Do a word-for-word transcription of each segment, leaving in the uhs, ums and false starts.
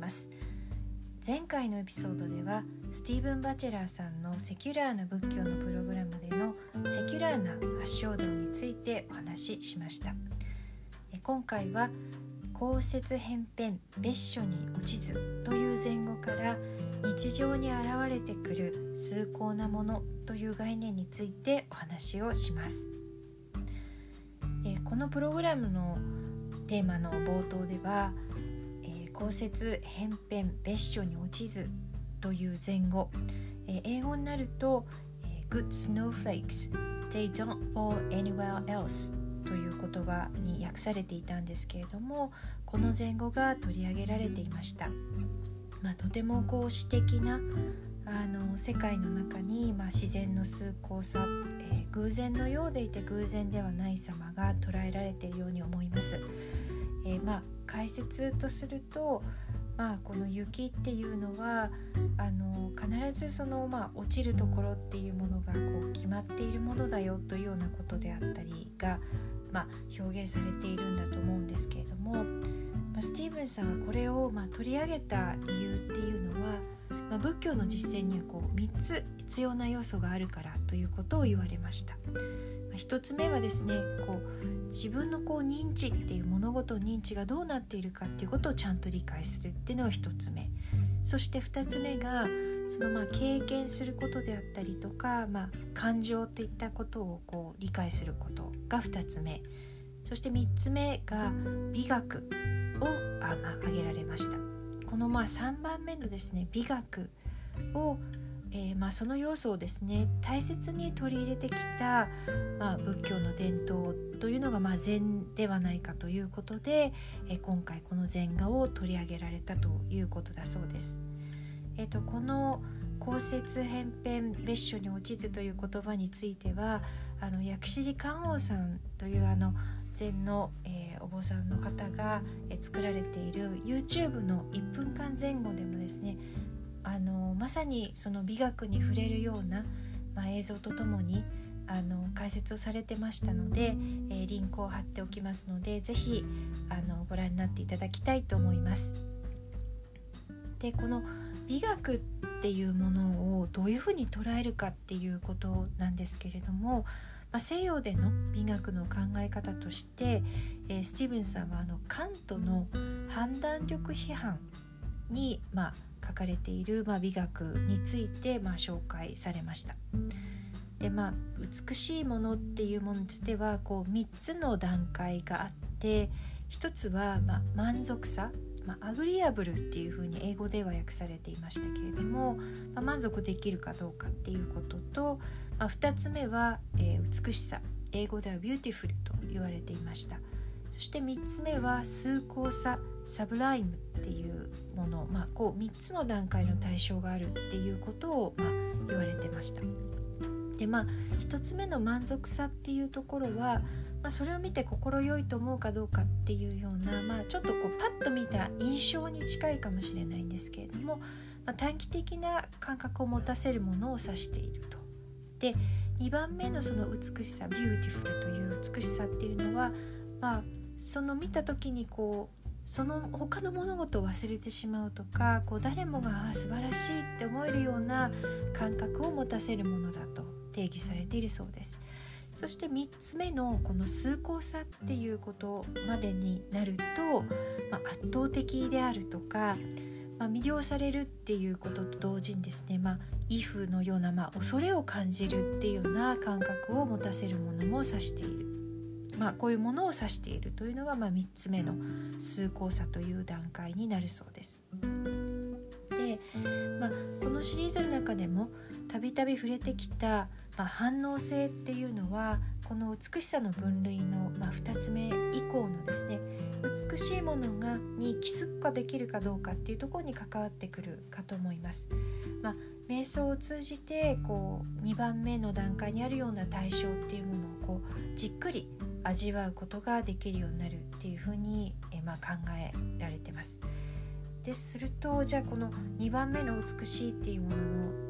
ます。前回のエピソードではスティーブン・バチェラーさんのセキュラーな仏教のプログラムでのセキュラーな八正道についてお話ししました。今回は後節偏偏別所に落ちずという前後から日常に現れてくる崇高なものという概念についてお話をします。このプログラムのテーマの冒頭では後節偏偏別所に落ちずという前後、英語になると Good snowflakes, they don't fall anywhere else という言葉に訳されていたんですけれども、この前後が取り上げられていました。まあ、とてもこう詩的なあの世界の中に、まあ、自然の崇高さ、えー、偶然のようでいて偶然ではない様が捉えられているように思います。えー、まあ解説とすると、まあ、この雪っていうのはあの必ずその、まあ、落ちるところっていうものがこう決まっているものだよというようなことであったりが、まあ、表現されているんだと思うんですけれども、まあ、スティーブンさんはこれを、まあ、取り上げた理由っていうのは、まあ、仏教の実践にはこうみっつ必要な要素があるからということを言われました。ひとつめはですね、こう自分のこう認知っていう物事の認知がどうなっているかっていうことをちゃんと理解するっていうのがひとつめ。そしてふたつめがそのまあ経験することであったりとか、まあ、感情っていったことをこう理解することがふたつめ。そしてみっつめが美学をあ、まあ、挙げられました。このまあさんばんめのですね、美学をえーまあ、その要素をですね大切に取り入れてきた、まあ、仏教の伝統というのがまあ禅ではないかということで、えー、今回この禅画を取り上げられたということだそうです。えーと、この後節偏偏別所に落ちずという言葉についてはあの薬師寺観王さんというあの禅の、えー、お坊さんの方が、えー、作られている YouTube のいっぷんかん前後でもですねあのまさにその美学に触れるような、まあ、映像とともにあの解説をされてましたので、えー、リンクを貼っておきますのでぜひあのご覧になっていただきたいと思います。でこの美学っていうものをどういうふうに捉えるかっていうことなんですけれども、まあ、西洋での美学の考え方として、えー、スティーブンさんはあのカントの判断力批判に、まあ書かれている、まあ、美学について、まあ、紹介されました。で、まあ、美しいものっていうものについてはこうみっつの段階があってひとつは、まあ、満足さ、まあ、アグリアブルっていうふうに英語では訳されていましたけれども、まあ、満足できるかどうかっていうことと、まあ、ふたつめは、えー、美しさ、英語ではビューティフルと言われていました。そしてみっつめは崇高さ、サブライムっていうもの、まあ、こうみっつの段階の対象があるっていうことを、まあ、言われてました。で、まあ、ひとつめの満足さっていうところは、まあ、それを見て心よいと思うかどうかっていうような、まあ、ちょっとこうパッと見た印象に近いかもしれないんですけれども、まあ、短期的な感覚を持たせるものを指していると。で、にばんめのその美しさ、ビューティフルという美しさっていうのは、まあその見た時にこうその他の物事を忘れてしまうとかこう誰もがあ素晴らしいって思えるような感覚を持たせるものだと定義されているそうです。そしてみっつめのこの崇高さっていうことまでになると、まあ、圧倒的であるとか、まあ、魅了されるっていうことと同時にですね、まあ、畏怖のような、まあ、恐れを感じるっていうような感覚を持たせるものも指している。まあ、こういうものを指しているというのが、まあ、みっつめの崇高さという段階になるそうです。で、まあ、このシリーズの中でもたびたび触れてきた、まあ、反応性っていうのはこの美しさの分類の、まあ、ふたつめ以降のですね美しいものがに気づくかできるかどうかっていうところに関わってくるかと思います。まあ、瞑想を通じてこうにばんめの段階にあるような対象っていうものをこうじっくり味わうことができるようになるっていうふうに、えまあ、考えられてます。でするとじゃあこのにばんめの美しいっていうものの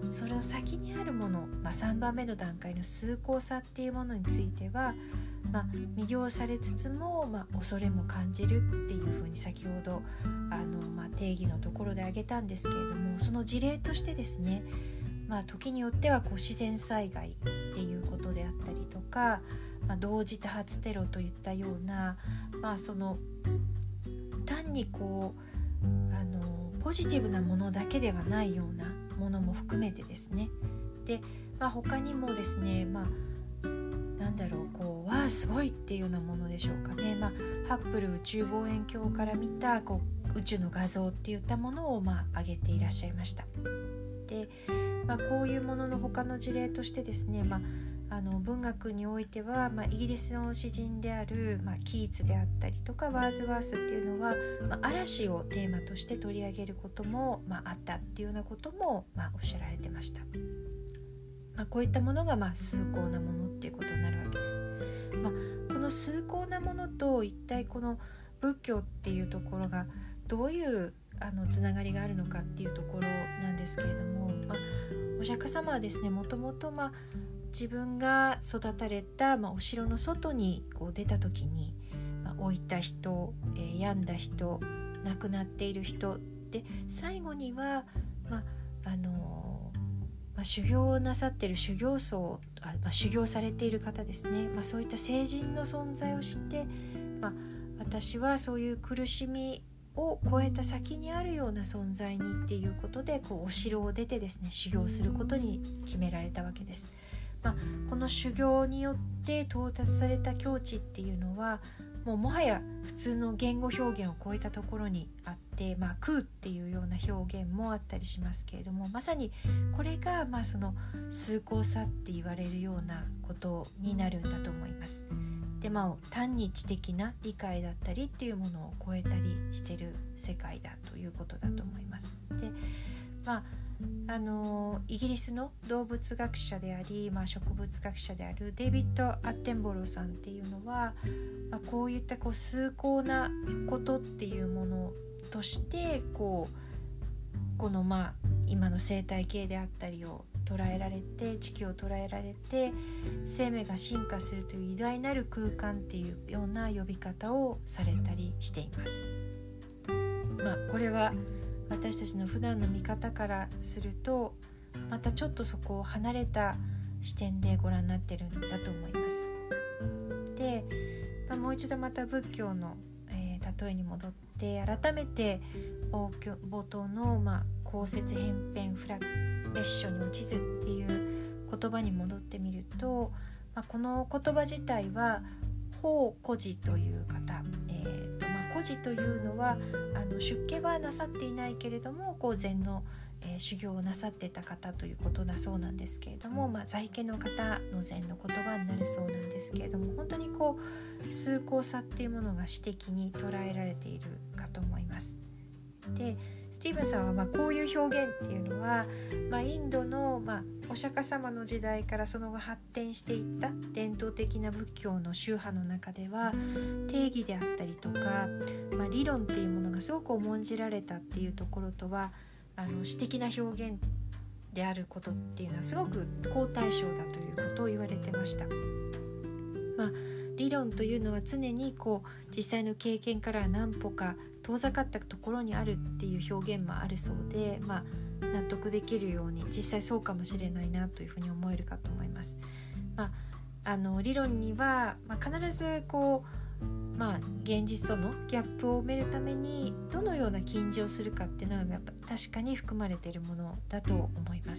それを先にあるもの、まあ、さんばんめの段階の崇高さっていうものについては、まあ、魅了されつつも、まあ、恐れも感じるっていうふうに先ほどあの、まあ、定義のところで挙げたんですけれども、その事例としてですね、まあ、時によってはこう自然災害っていうことであったりとか、まあ、同時多発テロといったような、まあ、その単にこうあのポジティブなものだけではないようなものも含めてですね、で、まあ、他にもですね、まあ、なんだろう、こうわあすごいっていうようなものでしょうかね、まあ、ハッブル宇宙望遠鏡から見たこう宇宙の画像っていったものをまあ挙げていらっしゃいました。で、まあ、こういうものの他の事例としてですね、まああの文学においては、まあ、イギリスの詩人である、まあ、キーツであったりとかワーズワースっていうのは、まあ、嵐をテーマとして取り上げることも、まあ、あったっていうようなことも、まあ、おっしゃられてました。まあ、こういったものが、まあ、崇高なものっていうことになるわけです。まあ、この崇高なものと一体この仏教っていうところがどういうあのつながりがあるのかっていうところなんですけれども、まあ、お釈迦様はですね、もともとまあ自分が育たれた、まあ、お城の外にこう出た時に、まあ、老いた人、えー、病んだ人、亡くなっている人で、最後には、まああのーまあ、修行をなさっている修行僧、あ、まあ、修行されている方ですね、まあ、そういった聖人の存在を知って、まあ、私はそういう苦しみを超えた先にあるような存在にっていうことで、こうお城を出てですね、修行することに決められたわけです。まあ、この修行によって到達された境地っていうのはもうもはや普通の言語表現を超えたところにあって、まあ、空っていうような表現もあったりしますけれども、まさにこれがまあその崇高さって言われるようなことになるんだと思います。で、まあ、単に知的な理解だったりっていうものを超えたりしてる世界だということだと思います。で、まああのイギリスの動物学者であり、まあ、植物学者であるデイビッド・アッテンボローさんっていうのは、まあ、こういったこう崇高なことっていうものとしてこうこのまあ今の生態系であったりを捉えられて、地球を捉えられて生命が進化するという偉大なる空間っていうような呼び方をされたりしています。まあ、これは私たちの普段の見方からするとまたちょっとそこを離れた視点でご覧になってるんだと思います。で、まあ、もう一度また仏教の、えー、例えに戻って改めて冒頭の、まあ、後節偏偏不落別所に落ちずっていう言葉に戻ってみると、まあ、この言葉自体は法孤児という方、えーとまあ、孤児というのはあの出家はなさっていないけれどもこう禅の、えー、修行をなさっていた方ということだそうなんですけれども、まあ、在家の方の禅の言葉になるそうなんですけれども、本当にこう崇高さっていうものが詩的に捉えられているかと思います。で、スティーブンさんはまあこういう表現っていうのは、まあ、インドのまあお釈迦様の時代からその後発展していった伝統的な仏教の宗派の中では定義であったりとか、まあ、理論っていうものがすごく重んじられたっていうところとはあの詩的な表現であることっていうのはすごく好対照だということを言われてました。まあ、理論というのは常にこう実際の経験から何歩か遠ざかったところにあるっていう表現もあるそうで、まあ、納得できるように実際そうかもしれないなというふうに思えるかと思います。まあ、あの理論には、まあ、必ずこう、まあ、現実とのギャップを埋めるためにどのような禁じをするかっていうのはやっぱ確かに含まれているものだと思います。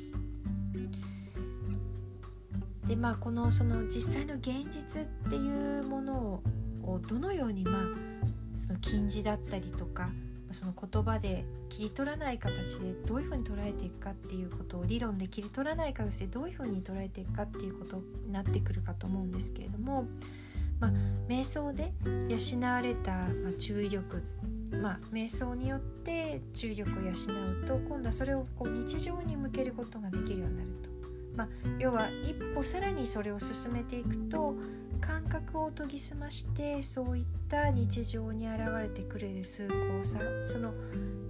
で、まあ、このその実際の現実っていうものをどのようにまあその禁じだったりとかその言葉で切り取らない形でどういうふうに捉えていくかっていうことを理論で切り取らない形でどういうふうに捉えていくかっていうことになってくるかと思うんですけれども、まあ、瞑想で養われた、まあ、注意力、まあ、瞑想によって注意力を養うと今度はそれをこう日常に向けることができるようになると、まあ、要は一歩さらにそれを進めていくと感覚を研ぎ澄ましてそういった日常に現れてくれる崇高さ、その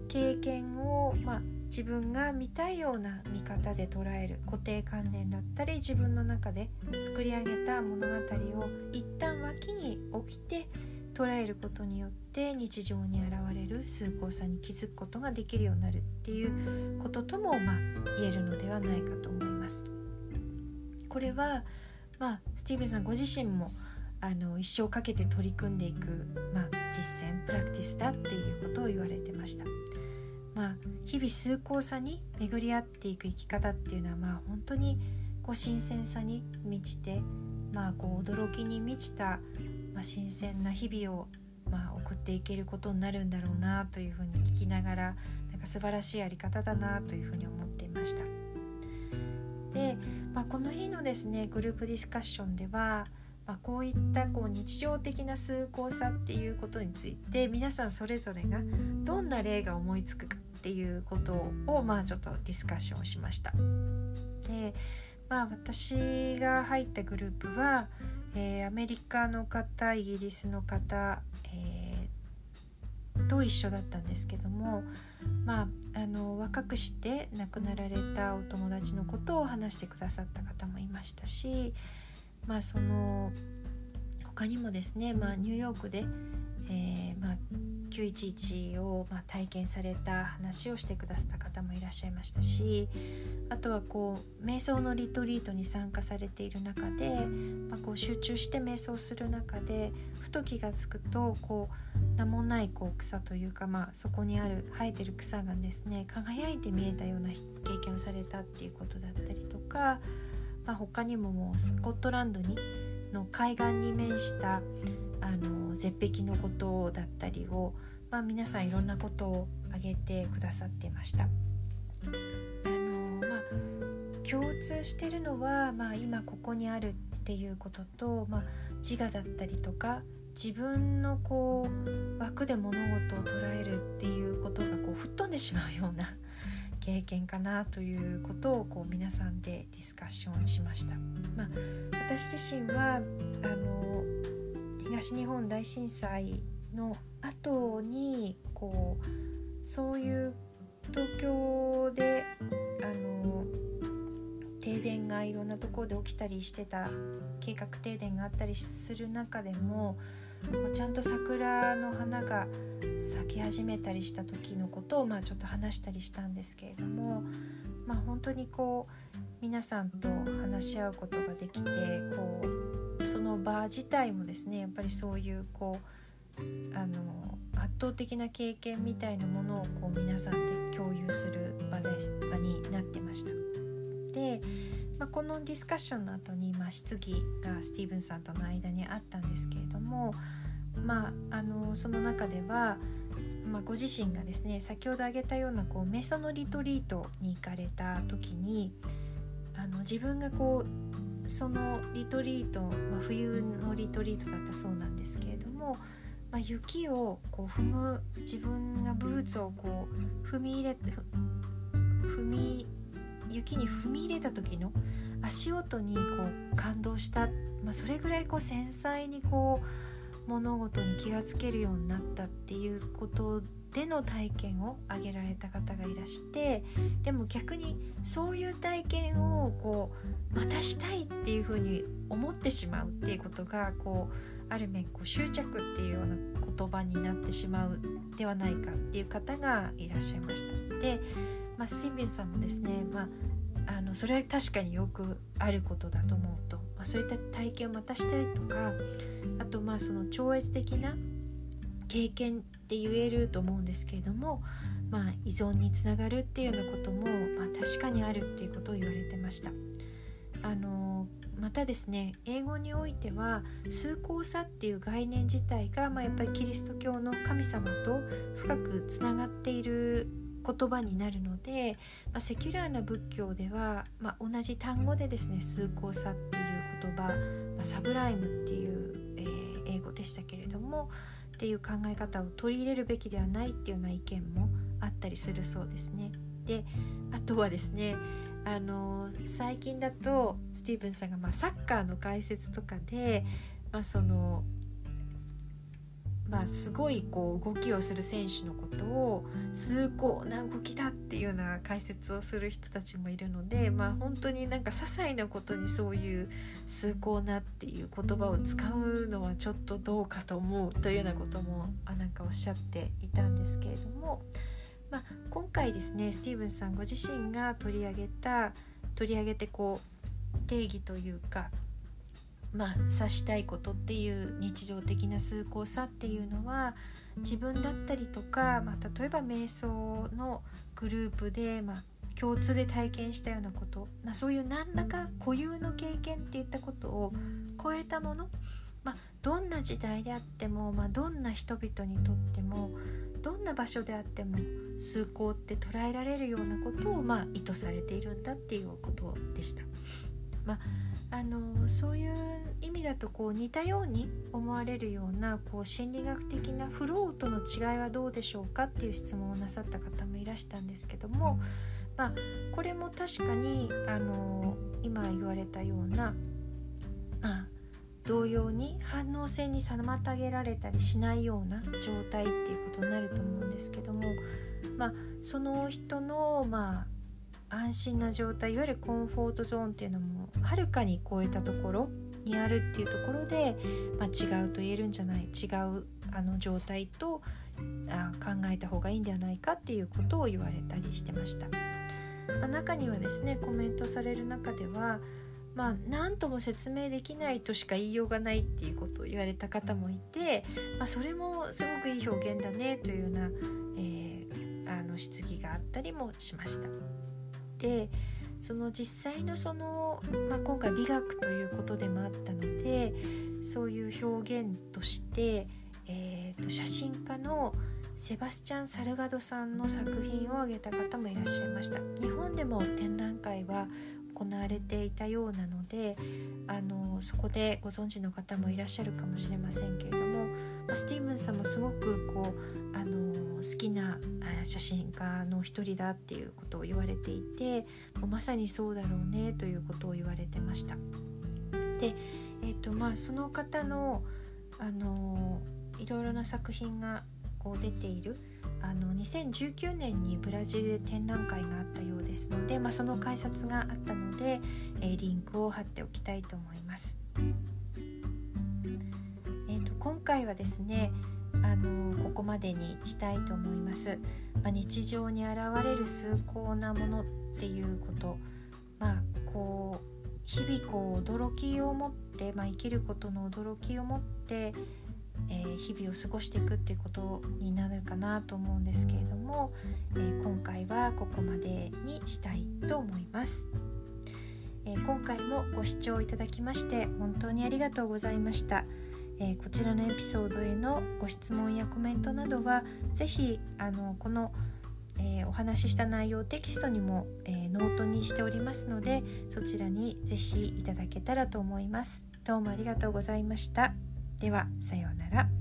経験を、まあ、自分が見たいような見方で捉える固定観念だったり、自分の中で作り上げた物語を一旦脇に置いて捉えることによって日常に現れる崇高さに気づくことができるようになるっていうこととも、まあ、言えるのではないかと思います。これは、まあ、スティーブンさんご自身もあの一生かけて取り組んでいく、まあ、実践プラクティスだっていうことを言われてました。まあ、日々崇高さに巡り合っていく生き方っていうのは、まあ、本当にこう新鮮さに満ちて、まあ、こう驚きに満ちた、まあ、新鮮な日々を、まあ、送っていけることになるんだろうなというふうに聞きながら、なんか素晴らしいやり方だなというふうに思っていました。で、まあ、この日のですねグループディスカッションでは、まあ、こういったこう日常的な崇高さっていうことについて皆さんそれぞれがどんな例が思いつくかっていうことを、まあ、ちょっとディスカッションをしました。で、まあ、私が入ったグループは、えー、アメリカの方、イギリスの方、えー、と一緒だったんですけども、まあ、あの若くして亡くなられたお友達のことを話してくださった方もいましたし、まあ、その他にもですね、まあ、ニューヨークで、えーまあ、きゅういちいちを、まあ、体験された話をしてくださった方もいらっしゃいましたし、あとはこう瞑想のリトリートに参加されている中で、まあ、こう集中して瞑想する中でふと気がつくとこう名もないこう草というか、まあ、そこにある生えてる草がですね輝いて見えたような経験をされたっていうことだったりとか、まあ、他にももうスコットランドにの海岸に面したあの絶壁のことだったりを、まあ、皆さんいろんなことを挙げてくださっていました。あの、まあ、共通しているのは、まあ、今ここにあるっていうことと、まあ、自我だったりとか自分のこう枠で物事を捉えるっていうことがこう吹っ飛んでしまうような経験かなということをこう皆さんでディスカッションしました。まあ、私自身はあの東日本大震災の後にこうそういう東京であの停電がいろんなところで起きたりしてた計画停電があったりする中でもこうちゃんと桜の花が咲き始めたりした時のことを、まあ、ちょっと話したりしたんですけれども、まあ、本当にこう皆さんと話し合うことができてこうその場自体もですねやっぱりそういうこうあの圧倒的な経験みたいなものをこう皆さんで共有する場で場になってました。で、まあ、このディスカッションの後に、まあ、質疑がスティーブンさんとの間にあったんですけれども、まあ、あのその中では、まあ、ご自身がですね先ほど挙げたようなこう瞑想のリトリートに行かれた時にあの自分がこうそのリトリート、まあ、冬のリトリートだったそうなんですけれども、まあ、雪をこう踏む自分がブーツをこう踏み入れ踏み雪に踏み入れた時の足音にこう感動した、まあ、それぐらいこう繊細にこう物事に気がつけるようになったっていうことでの体験を挙げられた方がいらして、でも逆にそういう体験をこうまたしたいっていうふうに思ってしまうっていうことがこうある面こう執着っていうような言葉になってしまうではないかっていう方がいらっしゃいました。で、まあ、スティーブンさんもですね、まあ、あのそれは確かによくあることだと思うと、まあ、そういった体験をまたしたいとか、あとまあその超越的な経験って言えると思うんですけれども、まあ、依存につながるっていうようなことも、まあ、確かにあるっていうことを言われてました。あのまたですね英語においては崇高さっていう概念自体が、まあ、やっぱりキリスト教の神様と深くつながっている言葉になるので、まあ、セキュラーな仏教では、まあ、同じ単語でですね崇高さっていう言葉、まあ、サブライムっていう、えー、英語でしたけれどもっていう考え方を取り入れるべきではないっていうような意見もあったりするそうですね。で、あとはですねあの最近だとスティーブンさんがまあサッカーの解説とかで、まあそのまあ、すごいこう動きをする選手のことを崇高な動きだっていうような解説をする人たちもいるので、まあ、本当になんか些細なことにそういう崇高なっていう言葉を使うのはちょっとどうかと思うというようなこともあなんかおっしゃっていたんですけれども、まあ、今回ですねスティーブンさんご自身が取り上げた取り上げてこう定義というかまあ、指したいことっていう日常的な崇高さっていうのは自分だったりとか、まあ、例えば瞑想のグループで、まあ、共通で体験したようなこと、まあ、そういう何らか固有の経験っていったことを超えたもの、まあ、どんな時代であっても、まあ、どんな人々にとってもどんな場所であっても崇高って捉えられるようなことを、まあ、意図されているんだっていうことでした。まああのそういう意味だとこう似たように思われるようなこう心理学的なフローとの違いはどうでしょうかっていう質問をなさった方もいらしたんですけども、まあ、これも確かにあの今言われたような、まあ、同様に反応性に妨げられたりしないような状態っていうことになると思うんですけども、まあ、その人のまあ安心な状態いわゆるコンフォートゾーンっていうのもはるかに超えたところにあるっていうところで、まあ、違うと言えるんじゃない違うあの状態とあ考えた方がいいんではないかっていうことを言われたりしてました。まあ、中にはですねコメントされる中ではまあ何とも説明できないとしか言いようがないっていうことを言われた方もいて、まあ、それもすごくいい表現だねというような、えー、あの質疑があったりもしました。でその実際のその、まあ、今回美学ということでもあったのでそういう表現として、えー、と写真家のセバスチャン・サルガドさんの作品を挙げた方もいらっしゃいました。日本でも展覧会は行われていたようなのであのそこでご存知の方もいらっしゃるかもしれませんけれども、まあ、スティーブンさんもすごくこうあの好きな写真家の一人だっていうことを言われていてもうまさにそうだろうねということを言われてました。で、えーとまあ、その方の、あのいろいろな作品がこう出ているあのにせんじゅうきゅうねんにブラジルで展覧会があったようですので、まあ、その解説があったので、えー、リンクを貼っておきたいと思います。えーと、今回はですねあのここまでにしたいと思います。まあ、日常に現れる崇高なものっていうこと、まあ、こう日々こう驚きを持って、まあ、生きることの驚きを持って、えー、日々を過ごしていくっていうことになるかなと思うんですけれども、えー、今回はここまでにしたいと思います。えー、今回もご視聴いただきまして本当にありがとうございました。えー、こちらのエピソードへのご質問やコメントなどはぜひあのこの、えー、お話しした内容をテキストにも、えー、ノートにしておりますのでそちらにぜひいただけたらと思います。どうもありがとうございました。ではさようなら。